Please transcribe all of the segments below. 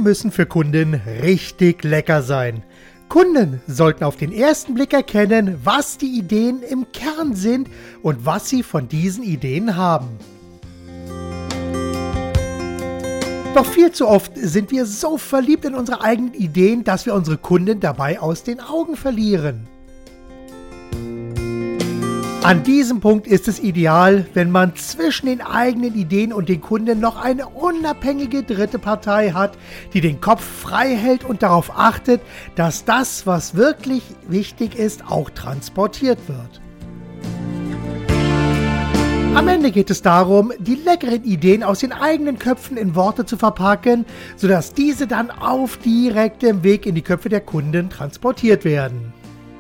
müssen für Kunden richtig lecker sein. Kunden sollten auf den ersten Blick erkennen, was die Ideen im Kern sind und was sie von diesen Ideen haben. Doch viel zu oft sind wir so verliebt in unsere eigenen Ideen, dass wir unsere Kunden dabei aus den Augen verlieren. An diesem Punkt ist es ideal, wenn man zwischen den eigenen Ideen und den Kunden noch eine unabhängige dritte Partei hat, die den Kopf frei hält und darauf achtet, dass das, was wirklich wichtig ist, auch transportiert wird. Am Ende geht es darum, die leckeren Ideen aus den eigenen Köpfen in Worte zu verpacken, sodass diese dann auf direktem Weg in die Köpfe der Kunden transportiert werden.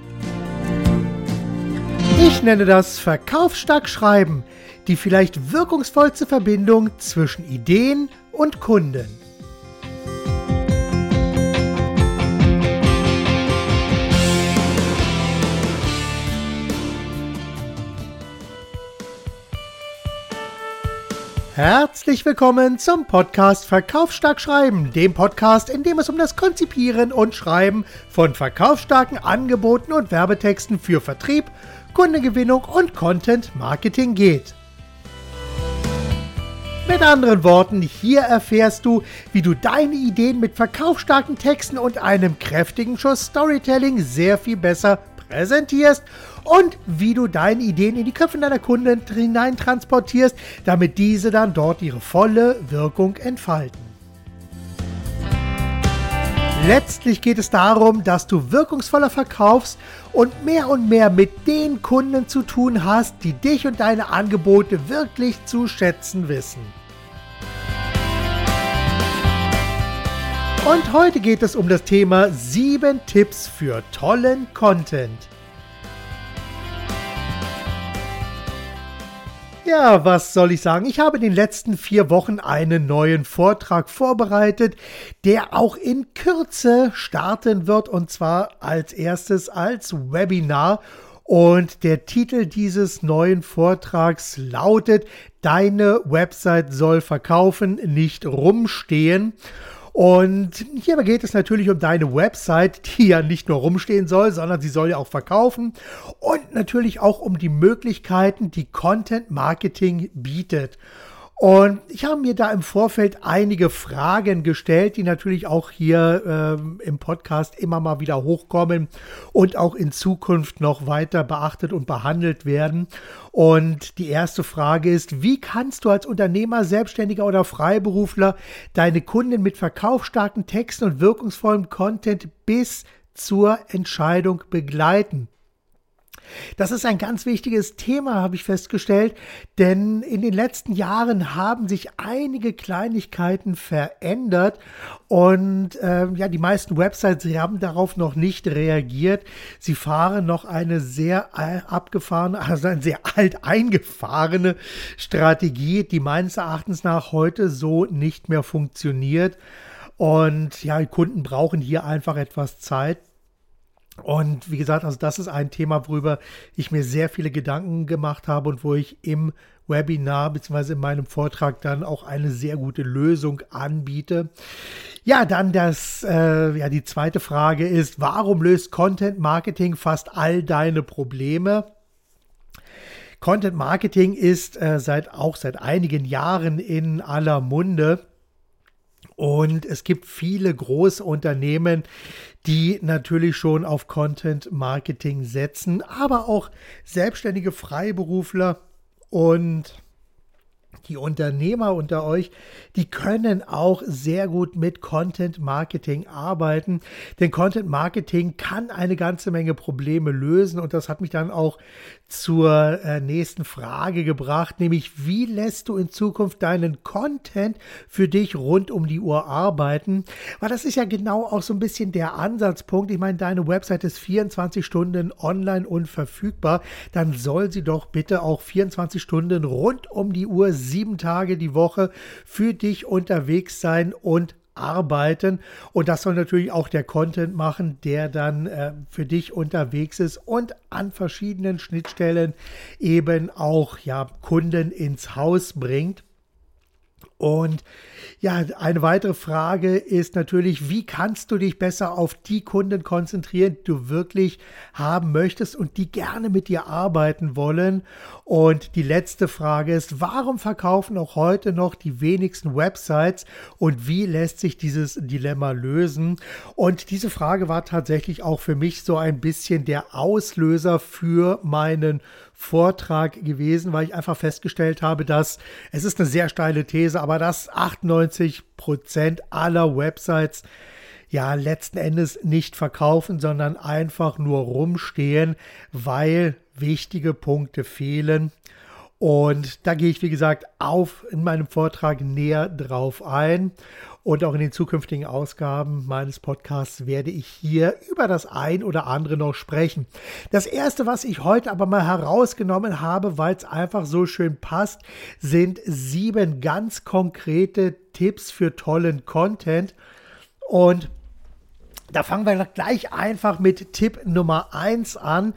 Ich nenne das verkaufsstark Schreiben, die vielleicht wirkungsvollste Verbindung zwischen Ideen und Kunden. Herzlich willkommen zum Podcast Verkaufsstark Schreiben, dem Podcast, in dem es um das Konzipieren und Schreiben von verkaufsstarken Angeboten und Werbetexten für Vertrieb, Kundengewinnung und Content Marketing geht. Mit anderen Worten, hier erfährst du, wie du deine Ideen mit verkaufsstarken Texten und einem kräftigen Schuss Storytelling sehr viel besser präsentierst und wie du deine Ideen in die Köpfe deiner Kunden hineintransportierst, damit diese dann dort ihre volle Wirkung entfalten. Letztlich geht es darum, dass du wirkungsvoller verkaufst und mehr mit den Kunden zu tun hast, die dich und deine Angebote wirklich zu schätzen wissen. Und heute geht es um das Thema 7 Tipps für tollen Content. Ja, was soll ich sagen? Ich habe in den letzten 4 Wochen einen neuen Vortrag vorbereitet, der auch in Kürze starten wird, und zwar als erstes als Webinar. Und der Titel dieses neuen Vortrags lautet: Deine Website soll verkaufen, nicht rumstehen. Und hierbei geht es natürlich um deine Website, die ja nicht nur rumstehen soll, sondern sie soll ja auch verkaufen, und natürlich auch um die Möglichkeiten, die Content Marketing bietet. Und ich habe mir da im Vorfeld einige Fragen gestellt, die natürlich auch hier im Podcast immer mal wieder hochkommen und auch in Zukunft noch weiter beachtet und behandelt werden. Und die erste Frage ist: Wie kannst du als Unternehmer, Selbstständiger oder Freiberufler deine Kunden mit verkaufsstarken Texten und wirkungsvollem Content bis zur Entscheidung begleiten? Das ist ein ganz wichtiges Thema, habe ich festgestellt, denn in den letzten Jahren haben sich einige Kleinigkeiten verändert und die meisten Websites, sie haben darauf noch nicht reagiert. Sie fahren noch eine sehr abgefahrene, also eine sehr alt eingefahrene Strategie, die meines Erachtens nach heute so nicht mehr funktioniert. Und ja, die Kunden brauchen hier einfach etwas Zeit. Und wie gesagt, also das ist ein Thema, worüber ich mir sehr viele Gedanken gemacht habe und wo ich im Webinar bzw. in meinem Vortrag dann auch eine sehr gute Lösung anbiete. Ja, dann die zweite Frage ist: Warum löst Content Marketing fast all deine Probleme? Content Marketing ist seit einigen Jahren in aller Munde. Und es gibt viele große Unternehmen, die natürlich schon auf Content Marketing setzen, aber auch selbstständige Freiberufler und die Unternehmer unter euch, die können auch sehr gut mit Content Marketing arbeiten, denn Content Marketing kann eine ganze Menge Probleme lösen, und das hat mich dann auch zur nächsten Frage gebracht, nämlich: Wie lässt du in Zukunft deinen Content für dich rund um die Uhr arbeiten? Weil das ist ja genau auch so ein bisschen der Ansatzpunkt. Ich meine, deine Website ist 24 Stunden online und verfügbar, dann soll sie doch bitte auch 24 Stunden rund um die Uhr, 7 Tage die Woche für dich unterwegs sein und arbeiten. Und das soll natürlich auch der Content machen, der dann für dich unterwegs ist und an verschiedenen Schnittstellen eben auch Kunden ins Haus bringt. Und ja, eine weitere Frage ist natürlich, wie kannst du dich besser auf die Kunden konzentrieren, die du wirklich haben möchtest und die gerne mit dir arbeiten wollen? Und die letzte Frage ist, warum verkaufen auch heute noch die wenigsten Websites und wie lässt sich dieses Dilemma lösen? Und diese Frage war tatsächlich auch für mich so ein bisschen der Auslöser für meinen Vortrag gewesen, weil ich einfach festgestellt habe, dass es ist eine sehr steile These, aber dass 98% aller Websites ja letzten Endes nicht verkaufen, sondern einfach nur rumstehen, weil wichtige Punkte fehlen. Und da gehe ich, wie gesagt, in meinem Vortrag näher drauf ein. Und auch in den zukünftigen Ausgaben meines Podcasts werde ich hier über das ein oder andere noch sprechen. Das erste, was ich heute aber mal herausgenommen habe, weil es einfach so schön passt, sind 7 ganz konkrete Tipps für tollen Content. Und da fangen wir gleich einfach mit Tipp Nummer 1 an.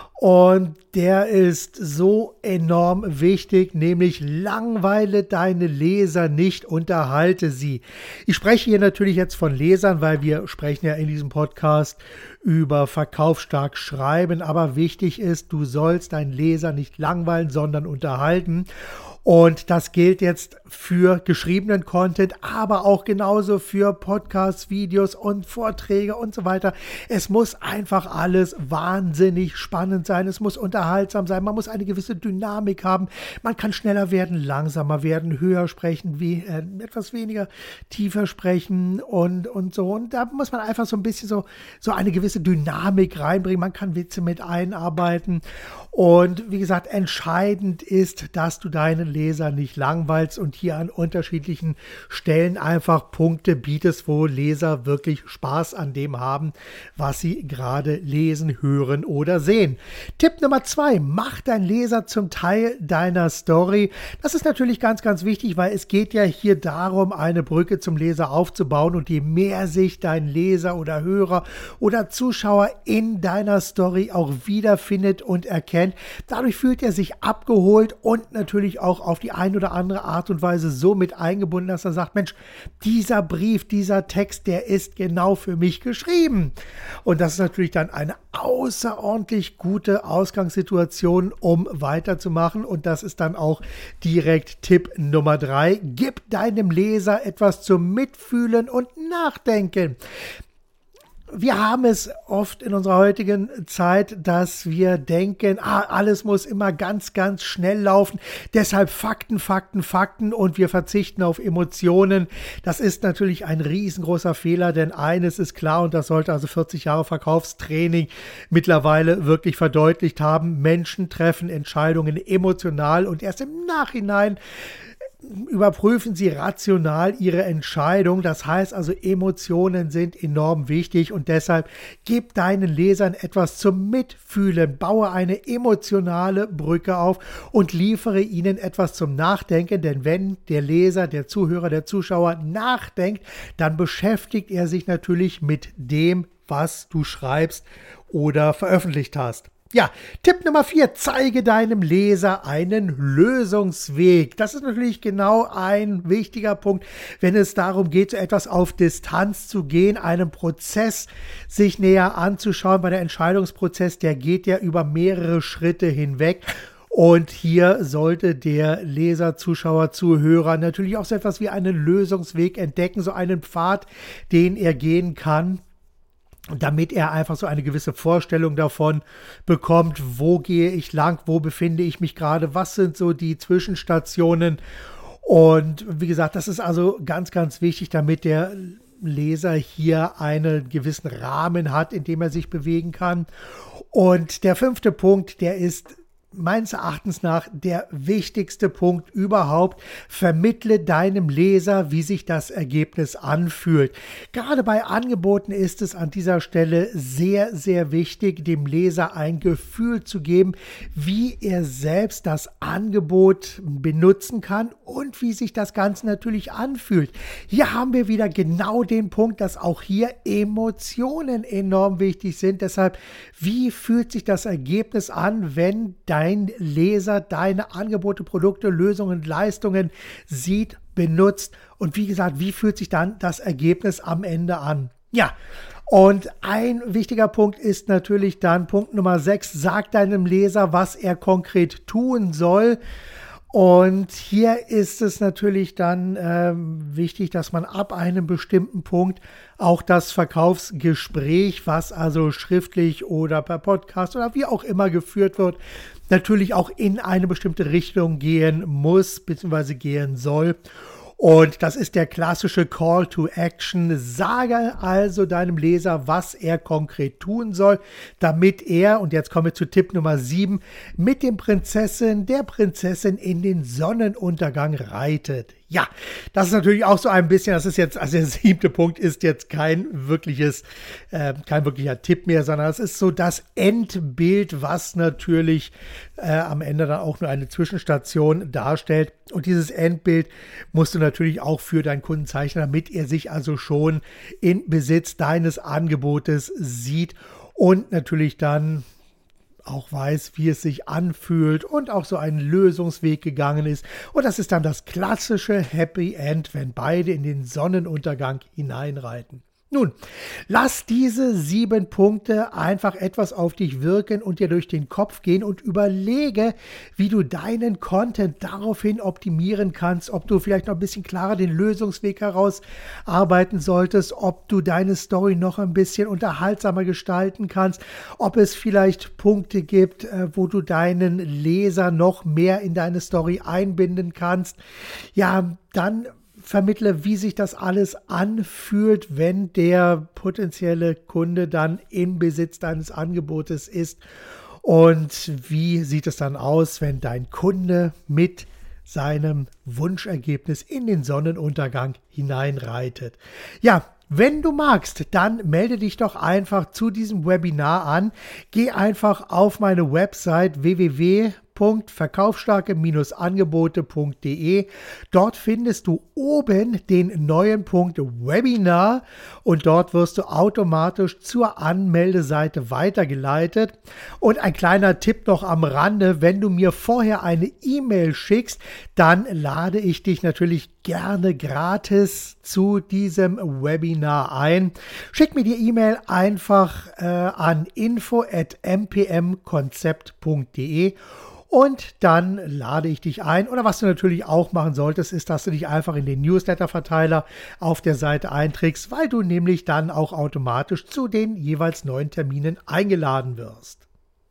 Und der ist so enorm wichtig, nämlich langweile deine Leser nicht, unterhalte sie. Ich spreche hier natürlich jetzt von Lesern, weil wir sprechen ja in diesem Podcast über verkaufsstark schreiben, aber wichtig ist, du sollst deinen Leser nicht langweilen, sondern unterhalten. Und das gilt jetzt für geschriebenen Content, aber auch genauso für Podcasts, Videos und Vorträge und so weiter. Es muss einfach alles wahnsinnig spannend sein. Es muss unterhaltsam sein. Man muss eine gewisse Dynamik haben. Man kann schneller werden, langsamer werden, höher sprechen, etwas weniger tiefer sprechen und so. Und da muss man einfach so ein bisschen so eine gewisse Dynamik reinbringen. Man kann Witze mit einarbeiten. Und wie gesagt, entscheidend ist, dass du deinen Leser nicht langweilst und hier an unterschiedlichen Stellen einfach Punkte bietest, wo Leser wirklich Spaß an dem haben, was sie gerade lesen, hören oder sehen. Tipp Nummer 2, mach deinen Leser zum Teil deiner Story. Das ist natürlich ganz, ganz wichtig, weil es geht ja hier darum, eine Brücke zum Leser aufzubauen und je mehr sich dein Leser oder Hörer oder Zuschauer in deiner Story auch wiederfindet und erkennt, dadurch fühlt er sich abgeholt und natürlich auch auf die ein oder andere Art und Weise so mit eingebunden, dass er sagt, Mensch, dieser Brief, dieser Text, der ist genau für mich geschrieben. Und das ist natürlich dann eine außerordentlich gute Ausgangssituation, um weiterzumachen. Und das ist dann auch direkt Tipp Nummer 3. Gib deinem Leser etwas zum Mitfühlen und Nachdenken. Wir haben es oft in unserer heutigen Zeit, dass wir denken, alles muss immer ganz, ganz schnell laufen. Deshalb Fakten, Fakten, Fakten und wir verzichten auf Emotionen. Das ist natürlich ein riesengroßer Fehler, denn eines ist klar und das sollte also 40 Jahre Verkaufstraining mittlerweile wirklich verdeutlicht haben. Menschen treffen Entscheidungen emotional und erst im Nachhinein überprüfen sie rational ihre Entscheidung. Das heißt also, Emotionen sind enorm wichtig und deshalb gib deinen Lesern etwas zum Mitfühlen, baue eine emotionale Brücke auf und liefere ihnen etwas zum Nachdenken, denn wenn der Leser, der Zuhörer, der Zuschauer nachdenkt, dann beschäftigt er sich natürlich mit dem, was du schreibst oder veröffentlicht hast. Ja, Tipp Nummer 4, zeige deinem Leser einen Lösungsweg. Das ist natürlich genau ein wichtiger Punkt, wenn es darum geht, so etwas auf Distanz zu gehen, einen Prozess sich näher anzuschauen, weil der Entscheidungsprozess, der geht ja über mehrere Schritte hinweg. Und hier sollte der Leser, Zuschauer, Zuhörer natürlich auch so etwas wie einen Lösungsweg entdecken, so einen Pfad, den er gehen kann, damit er einfach so eine gewisse Vorstellung davon bekommt, wo gehe ich lang, wo befinde ich mich gerade, was sind so die Zwischenstationen. Und wie gesagt, das ist also ganz, ganz wichtig, damit der Leser hier einen gewissen Rahmen hat, in dem er sich bewegen kann. Und der 5. Punkt, der ist meines Erachtens nach der wichtigste Punkt überhaupt. Vermittle deinem Leser, wie sich das Ergebnis anfühlt. Gerade bei Angeboten ist es an dieser Stelle sehr, sehr wichtig, dem Leser ein Gefühl zu geben, wie er selbst das Angebot benutzen kann und wie sich das Ganze natürlich anfühlt. Hier haben wir wieder genau den Punkt, dass auch hier Emotionen enorm wichtig sind. Deshalb, wie fühlt sich das Ergebnis an, wenn dein dein Leser deine Angebote, Produkte, Lösungen, Leistungen sieht, benutzt und wie gesagt, wie fühlt sich dann das Ergebnis am Ende an? Ja, und ein wichtiger Punkt ist natürlich dann Punkt Nummer 6, sag deinem Leser, was er konkret tun soll. Und hier ist es natürlich dann wichtig, dass man ab einem bestimmten Punkt auch das Verkaufsgespräch, was also schriftlich oder per Podcast oder wie auch immer geführt wird, natürlich auch in eine bestimmte Richtung gehen muss bzw. gehen soll. Und das ist der klassische Call to Action. Sage also deinem Leser, was er konkret tun soll, damit er, und jetzt kommen wir zu Tipp Nummer 7, mit der Prinzessin in den Sonnenuntergang reitet. Ja, das ist natürlich auch so ein bisschen, das ist jetzt, also der 7. Punkt ist jetzt kein wirklicher Tipp mehr, sondern es ist so das Endbild, was natürlich am Ende dann auch nur eine Zwischenstation darstellt. Und dieses Endbild musst du natürlich auch für deinen Kunden zeichnen, damit er sich also schon in Besitz deines Angebotes sieht und natürlich dann auch weiß, wie es sich anfühlt und auch so einen Lösungsweg gegangen ist. Und das ist dann das klassische Happy End, wenn beide in den Sonnenuntergang hineinreiten. Nun, lass diese 7 Punkte einfach etwas auf dich wirken und dir durch den Kopf gehen und überlege, wie du deinen Content daraufhin optimieren kannst, ob du vielleicht noch ein bisschen klarer den Lösungsweg herausarbeiten solltest, ob du deine Story noch ein bisschen unterhaltsamer gestalten kannst, ob es vielleicht Punkte gibt, wo du deinen Leser noch mehr in deine Story einbinden kannst. Ja, dann vermittle, wie sich das alles anfühlt, wenn der potenzielle Kunde dann im Besitz deines Angebotes ist. Und wie sieht es dann aus, wenn dein Kunde mit seinem Wunschergebnis in den Sonnenuntergang hineinreitet? Ja, wenn du magst, dann melde dich doch einfach zu diesem Webinar an. Geh einfach auf meine Website www.verkaufsstarke-angebote.de. Dort findest du oben den neuen Punkt Webinar und dort wirst du automatisch zur Anmeldeseite weitergeleitet. Und ein kleiner Tipp noch am Rande, wenn du mir vorher eine E-Mail schickst, dann lade ich dich natürlich gerne gratis zu diesem Webinar ein. Schick mir die E-Mail einfach an info@mpmkonzept.de und dann lade ich dich ein. Oder was du natürlich auch machen solltest, ist, dass du dich einfach in den Newsletter-Verteiler auf der Seite einträgst, weil du nämlich dann auch automatisch zu den jeweils neuen Terminen eingeladen wirst.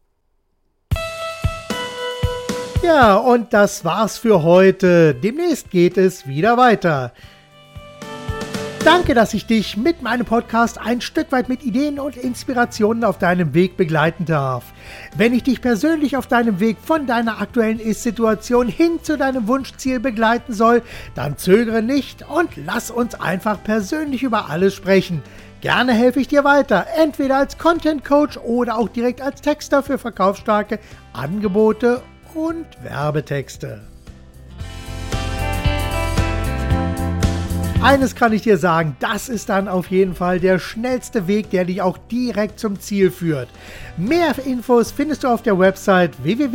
Ja, und das war's für heute. Demnächst geht es wieder weiter. Danke, dass ich dich mit meinem Podcast ein Stück weit mit Ideen und Inspirationen auf deinem Weg begleiten darf. Wenn ich dich persönlich auf deinem Weg von deiner aktuellen Ist-Situation hin zu deinem Wunschziel begleiten soll, dann zögere nicht und lass uns einfach persönlich über alles sprechen. Gerne helfe ich dir weiter, entweder als Content Coach oder auch direkt als Texter für verkaufsstarke Angebote und Werbetexte. Eines kann ich dir sagen, das ist dann auf jeden Fall der schnellste Weg, der dich auch direkt zum Ziel führt. Mehr Infos findest du auf der Website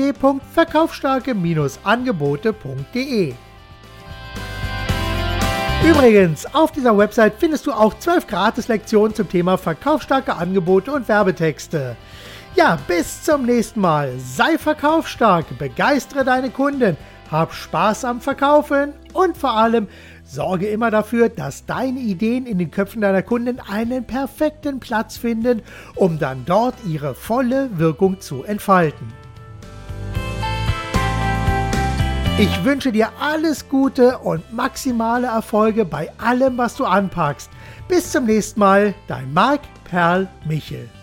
www.verkaufsstarke-angebote.de. Übrigens, auf dieser Website findest du auch 12 Gratis-Lektionen zum Thema verkaufsstarke Angebote und Werbetexte. Ja, bis zum nächsten Mal. Sei verkaufsstark, begeistere deine Kunden, hab Spaß am Verkaufen und vor allem sorge immer dafür, dass deine Ideen in den Köpfen deiner Kunden einen perfekten Platz finden, um dann dort ihre volle Wirkung zu entfalten. Ich wünsche dir alles Gute und maximale Erfolge bei allem, was du anpackst. Bis zum nächsten Mal, dein Marc Perl Michel.